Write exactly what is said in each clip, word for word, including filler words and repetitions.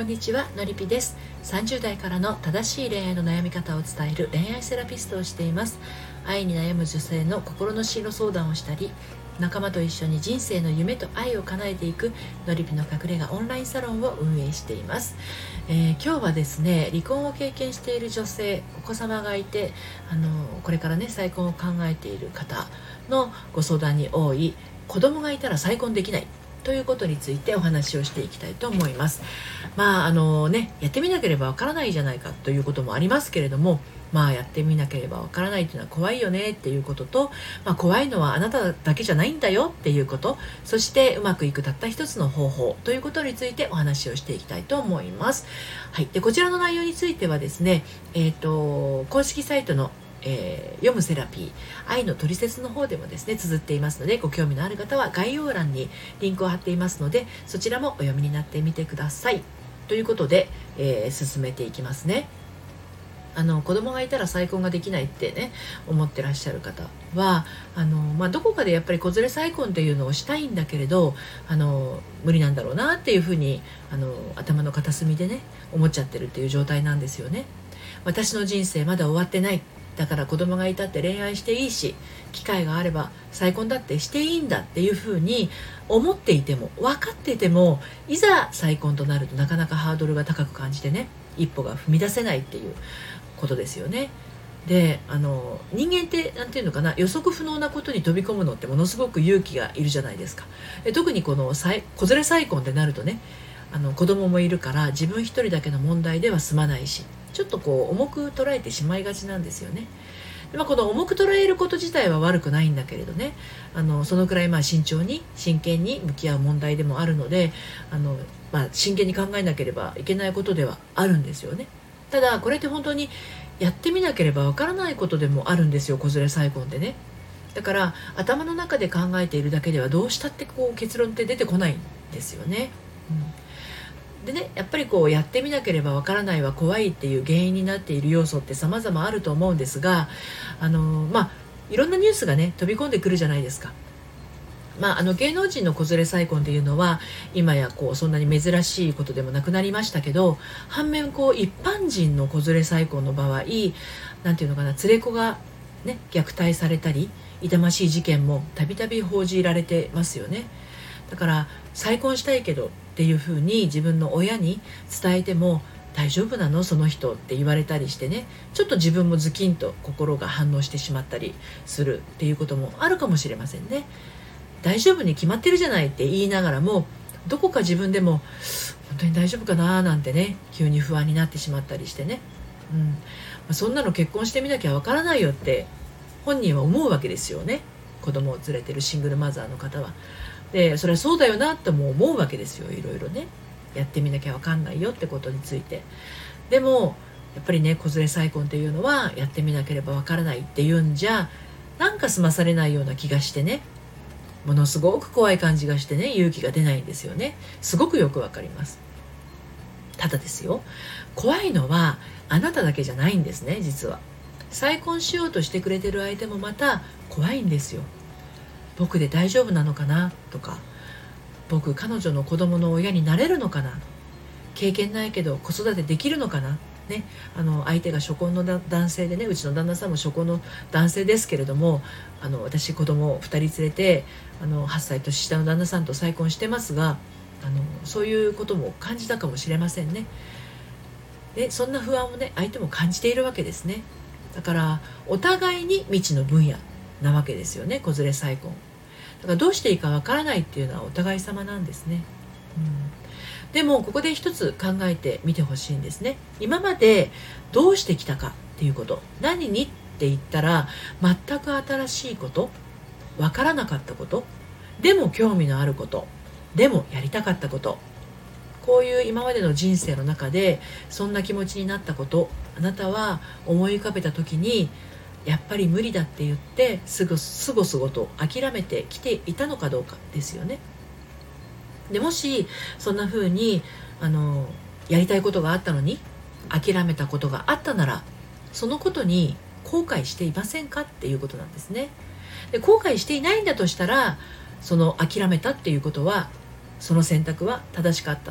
んにちは、のりぴです。さんじゅう代からの正しい恋愛の悩み方を伝える恋愛セラピストをしています。愛に悩む女性の心の進路相談をしたり、仲間と一緒に人生の夢と愛を叶えていくのりぴの隠れ家オンラインサロンを運営しています。えー、今日はですね、離婚を経験している女性、お子様がいて、あのこれからね再婚を考えている方のご相談に多い、子供がいたら再婚できないということについてお話をしていきたいと思います。まああのね、やってみなければわからないじゃないかということもありますけれども、まあやってみなければわからないというのは怖いよねっていうことと、まあ、怖いのはあなただけじゃないんだよっていうこと、そしてうまくいくたった一つの方法ということについてお話をしていきたいと思います。はい、でこちらの内容についてはですね、えーと公式サイトのえー、読むセラピー愛のトリセツの方でもですね綴っていますので、ご興味のある方は概要欄にリンクを貼っていますので、そちらもお読みになってみてください。ということで、えー、進めていきますね。あの子供がいたら再婚ができないってね思ってらっしゃる方は、あの、まあ、どこかでやっぱり子連れ再婚っていうのをしたいんだけれど、あの無理なんだろうなっていうふうにあの頭の片隅でね思っちゃってるっていう状態なんですよね。私の人生まだ終わってない、だから子供がいたって恋愛していいし、機会があれば再婚だってしていいんだっていうふうに思っていても、分かっていても、いざ再婚となるとなかなかハードルが高く感じてね、一歩が踏み出せないっていうことですよね。で、あの人間ってなんていうのかな、予測不能なことに飛び込むのってものすごく勇気がいるじゃないですか。で特にこの再子連れ再婚ってなるとね、あの子供もいるから自分一人だけの問題では済まないし、ちょっとこう重く捉えてしまいがちなんですよね。で、まあ、この重く捉えること自体は悪くないんだけれどね、あのそのくらいまあ慎重に真剣に向き合う問題でもあるので、あの、まあ、真剣に考えなければいけないことではあるんですよね。ただこれって本当にやってみなければわからないことでもあるんですよ、子連れ再婚でね。だから頭の中で考えているだけではどうしたってこう結論って出てこないんですよね。うんでね、やっぱりこうやってみなければわからないは怖いっていう原因になっている要素って様々あると思うんですが、あのまあいろんなニュースがね飛び込んでくるじゃないですか。まあ、あの芸能人の子連れ再婚っていうのは今やこうそんなに珍しいことでもなくなりましたけど、反面こう一般人の子連れ再婚の場合、なんていうのかな、連れ子がね虐待されたり痛ましい事件もたびたび報じられてますよね。だから再婚したいけどっていうふうに自分の親に伝えても、大丈夫なのその人って言われたりしてね、ちょっと自分もズキンと心が反応してしまったりするっていうこともあるかもしれませんね。大丈夫に決まってるじゃないって言いながらも、どこか自分でも本当に大丈夫かななんてね急に不安になってしまったりしてね、うんまあ、そんなの結婚してみなきゃわからないよって本人は思うわけですよね。子供を連れてるシングルマザーの方は。でそれはそうだよなとも思うわけですよ。いろいろねやってみなきゃわかんないよってことについて。でもやっぱりね子連れ再婚っていうのはやってみなければわからないっていうんじゃなんか済まされないような気がしてね、ものすごく怖い感じがしてね勇気が出ないんですよね。すごくよくわかります。ただですよ、怖いのはあなただけじゃないんですね。実は再婚しようとしてくれてる相手もまた怖いんですよ。僕で大丈夫なのかなとか、僕彼女の子供の親になれるのかな、経験ないけど子育てできるのかな、ね、あの相手が初婚の男性でね、うちの旦那さんも初婚の男性ですけれども、あの私子供をふたり連れてあのはっさい年下の旦那さんと再婚してますが、あのそういうことも感じたかもしれませんね。でそんな不安をね相手も感じているわけですね。だからお互いに未知の分野なわけですよね、子連れ再婚。だからどうしていいかわからないっていうのはお互い様なんですね。うん、でもここで一つ考えてみてほしいんですね。今までどうしてきたかっていうこと、何にって言ったら全く新しいこと、わからなかったこと、でも興味のあること、でもやりたかったこと、こういう今までの人生の中でそんな気持ちになったこと、あなたは思い浮かべた時にやっぱり無理だって言ってすぐすごすごと諦めてきていたのかどうかですよね。でもしそんな風にあのやりたいことがあったのに諦めたことがあったなら、そのことに後悔していませんかっていうことなんですね。で後悔していないんだとしたら、その諦めたっていうことは、その選択は正しかったっ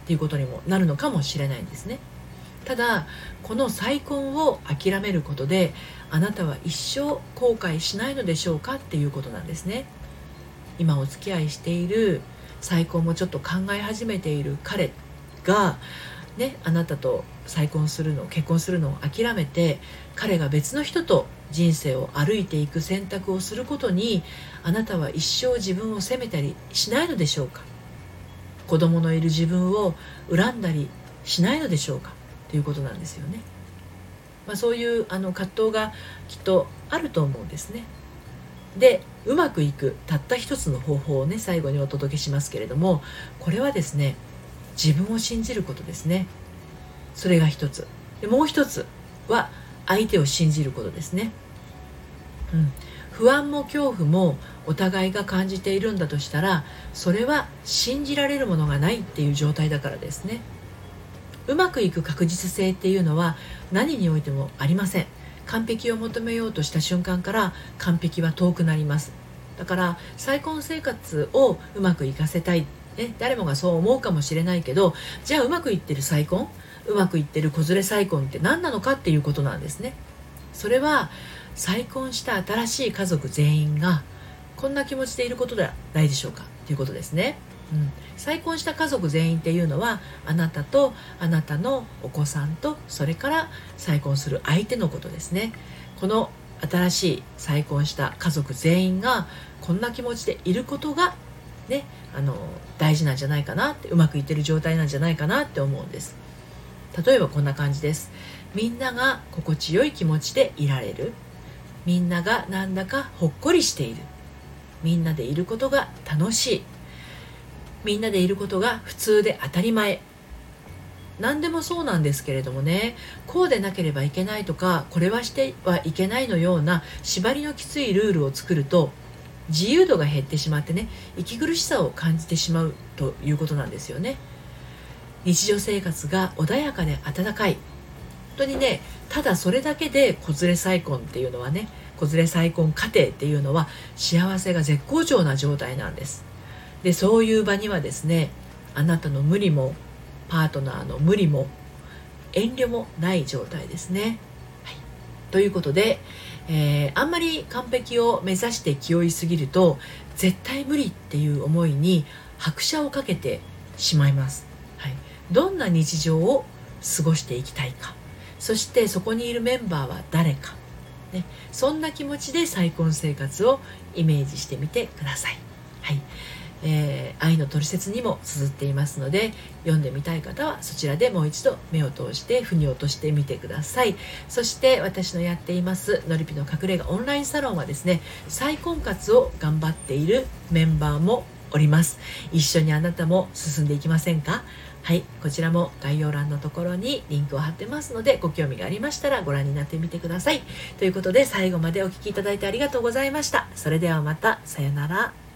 っていうことにもなるのかもしれないんですね。ただこの再婚を諦めることであなたは一生後悔しないのでしょうかっていうことなんですね。今お付き合いしている再婚もちょっと考え始めている彼がね、あなたと再婚するの結婚するのを諦めて彼が別の人と人生を歩いていく選択をすることにあなたは一生自分を責めたりしないのでしょうか。子供のいる自分を恨んだりしないのでしょうかということなんですよね。まあ、そういうあの葛藤がきっとあると思うんですね。で、うまくいくたった一つの方法をね最後にお届けしますけれども、これはですね、自分を信じることですね。それが一つで、もう一つは相手を信じることですね。うん、不安も恐怖もお互いが感じているんだとしたら、それは信じられるものがないっていう状態だからですね。うまくいく確実性っていうのは何においてもありません。完璧を求めようとした瞬間から完璧は遠くなります。だから再婚生活をうまくいかせたい、ね、誰もがそう思うかもしれないけど、じゃあうまくいってる再婚、うまくいってる子連れ再婚って何なのかっていうことなんですね。それは再婚した新しい家族全員がこんな気持ちでいることではないでしょうかということですね。うん、再婚した家族全員っていうのはあなたとあなたのお子さんとそれから再婚する相手のことですね。この新しい再婚した家族全員がこんな気持ちでいることがね、あの大事なんじゃないかなって、うまくいってる状態なんじゃないかなって思うんです。例えばこんな感じです。みんなが心地よい気持ちでいられる、みんながなんだかほっこりしている、みんなでいることが楽しい、みんなでいることが普通で当たり前。何でもそうなんですけれどもね、こうでなければいけないとか、これはしてはいけないのような縛りのきついルールを作ると自由度が減ってしまってね、息苦しさを感じてしまうということなんですよね。日常生活が穏やかで温かい、本当にね、ただそれだけで子連れ再婚っていうのはね、子連れ再婚家庭っていうのは幸せが絶好調な状態なんです。で、そういう場にはですね、あなたの無理もパートナーの無理も遠慮もない状態ですね。はい、ということで、えー、あんまり完璧を目指して気負いすぎると絶対無理っていう思いに拍車をかけてしまいます。はい、どんな日常を過ごしていきたいか、そしてそこにいるメンバーは誰か、ね、そんな気持ちで再婚生活をイメージしてみてください。はい、えー、愛のトリセツにも綴っていますので、読んでみたい方はそちらでもう一度目を通して腑に落としてみてください。そして私のやっていますのりぴの隠れ家オンラインサロンはですね、再婚活を頑張っているメンバーもおります。一緒にあなたも進んでいきませんか？はい、こちらも概要欄のところにリンクを貼ってますので、ご興味がありましたらご覧になってみてください。ということで、最後までお聞きいただいてありがとうございました。それではまた、さよなら。